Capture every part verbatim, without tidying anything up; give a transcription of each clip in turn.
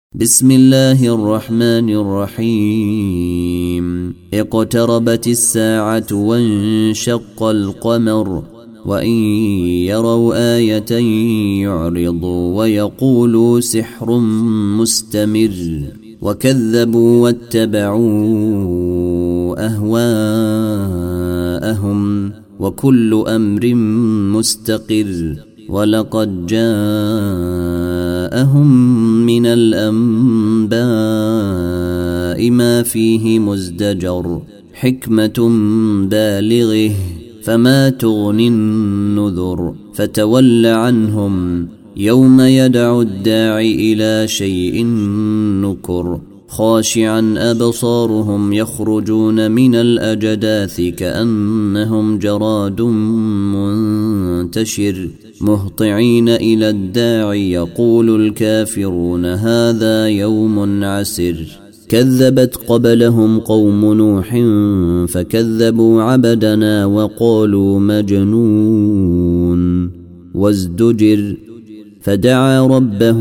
بسم الله الرحمن الرحيم اقتربت الساعة وانشق القمر وإن يروا آية يعرضوا ويقولوا سحر مستمر وكذبوا واتبعوا أهواءهم وكل أمر مستقر ولقد جاءهم من الأنباء ما فيه مزدجر حكمة بالغه فما تغني النذر فتول عنهم يوم يدعو الداعي إلى شيء نكر خاشعا أبصارهم يخرجون من الأجداث كأنهم جراد منتشر مهطعين إلى الداعي يقول الكافرون هذا يوم عسر كذبت قبلهم قوم نوح فكذبوا عبدنا وقالوا مجنون وازدجر فدعا ربه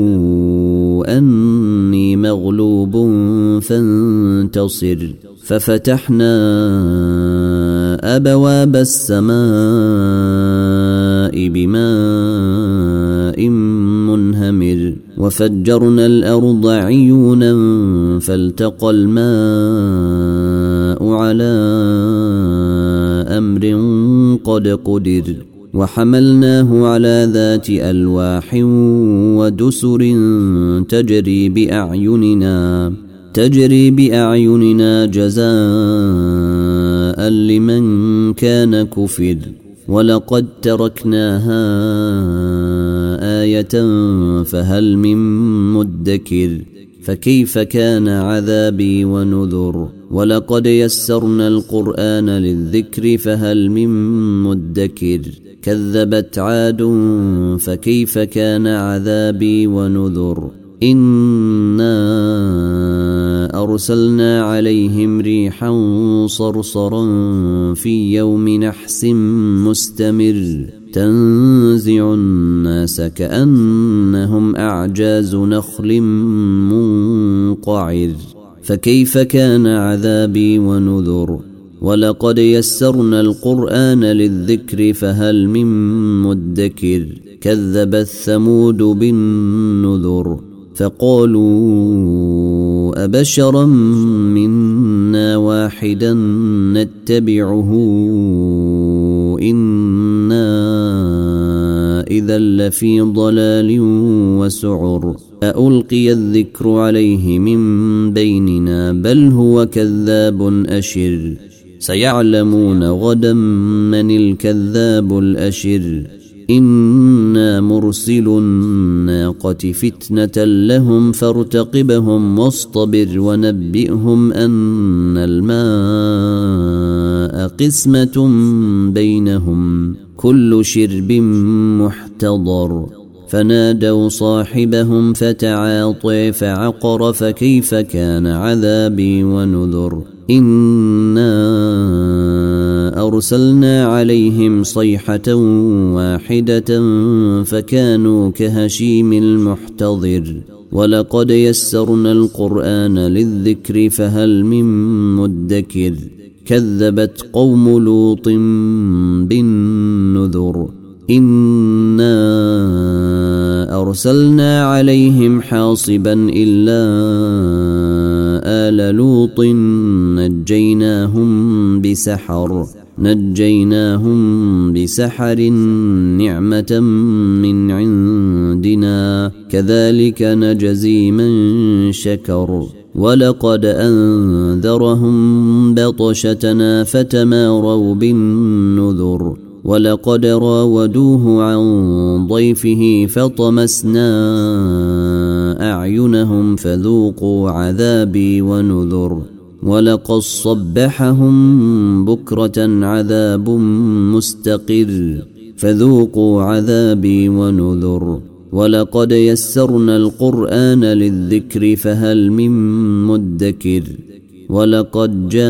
أني مغلوب فانتصر ففتحنا أبواب السماء بماء منهمر وفجرنا الأرض عيونا فالتقى الماء على أمر قد قدر وحملناه على ذات ألواح ودسر تجري بأعيننا تجري بأعيننا جزاء لمن كان كفر ولقد تركناها آية فهل من مدكر فكيف كان عذابي ونذر ولقد يسرنا القرآن للذكر فهل من مدكر كذبت عاد فكيف كان عذابي ونذر إنا أرسلنا عليهم ريحا صرصرا في يوم نحس مستمر تنزع الناس كأنهم أعجاز نخل منقعر فكيف كان عذابي ونذر ولقد يسرنا القرآن للذكر فهل من مدكر كذبت ثمود بالنذر فقالوا أبشرا منا واحدا نتبعه إنا إذا لفي ضلال وسعر ألقي الذكر عليه من بيننا بل هو كذاب أشر سيعلمون غدا من الكذاب الأشر إنا مرسل الناقة فتنة لهم فارتقبهم واصطبر ونبئهم أن الماء قسمة بينهم كل شرب محتضر فنادوا صاحبهم فتعاطي فعقر فكيف كان عذابي ونذر إنا أرسلنا عليهم صيحة واحدة فكانوا كهشيم المحتضر ولقد يسرنا القرآن للذكر فهل من مدكر كذبت قوم لوط بالنذر إنا أرسلنا عليهم حاصبا إلا آل لوط نجيناهم بسحر نجيناهم بسحر نعمة من عندنا كذلك نجزي من شكر ولقد أنذرهم بطشتنا فتماروا بالنذر ولقد راودوه عن ضيفه فطمسنا أعينهم فذوقوا عذابي ونذر ولقد صبحهم بكرة عذاب مستقر فذوقوا عذابي ونذر ولقد يسرنا القرآن للذكر فهل من مدكر ولقد جاء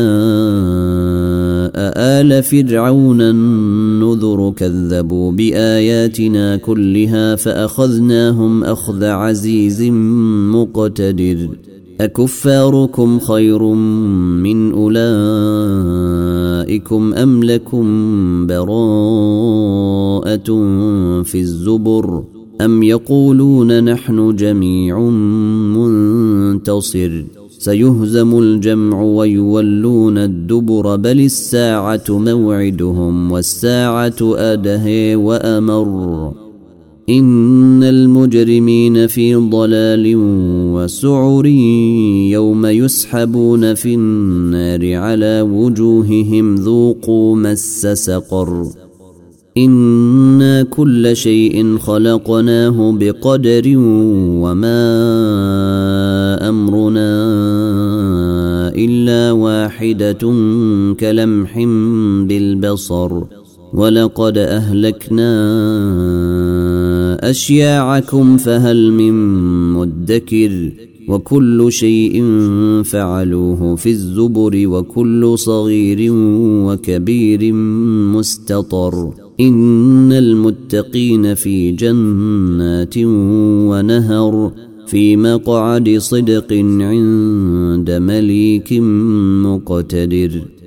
آل فرعون النذر كذبوا بآياتنا كلها فأخذناهم أخذ عزيز مقتدر أكفاركم خير من أولئكم أم لكم براءة في الزبر أم يقولون نحن جميع منتصر سيهزم الجمع ويولون الدبر بل الساعة موعدهم والساعة أدهى وأمر إن المجرمين في ضلال وسعر يوم يسحبون في النار على وجوههم ذوقوا مس سقر إنا كل شيء خلقناه بقدر وما أمرنا إلا واحدة كلمح بالبصر ولقد أهلكنا أشياعكم فهل من مدكر وكل شيء فعلوه في الزبر وكل صغير وكبير مستطر إن المتقين في جنات ونهر في مقعد صدق عند مليك مقتدر.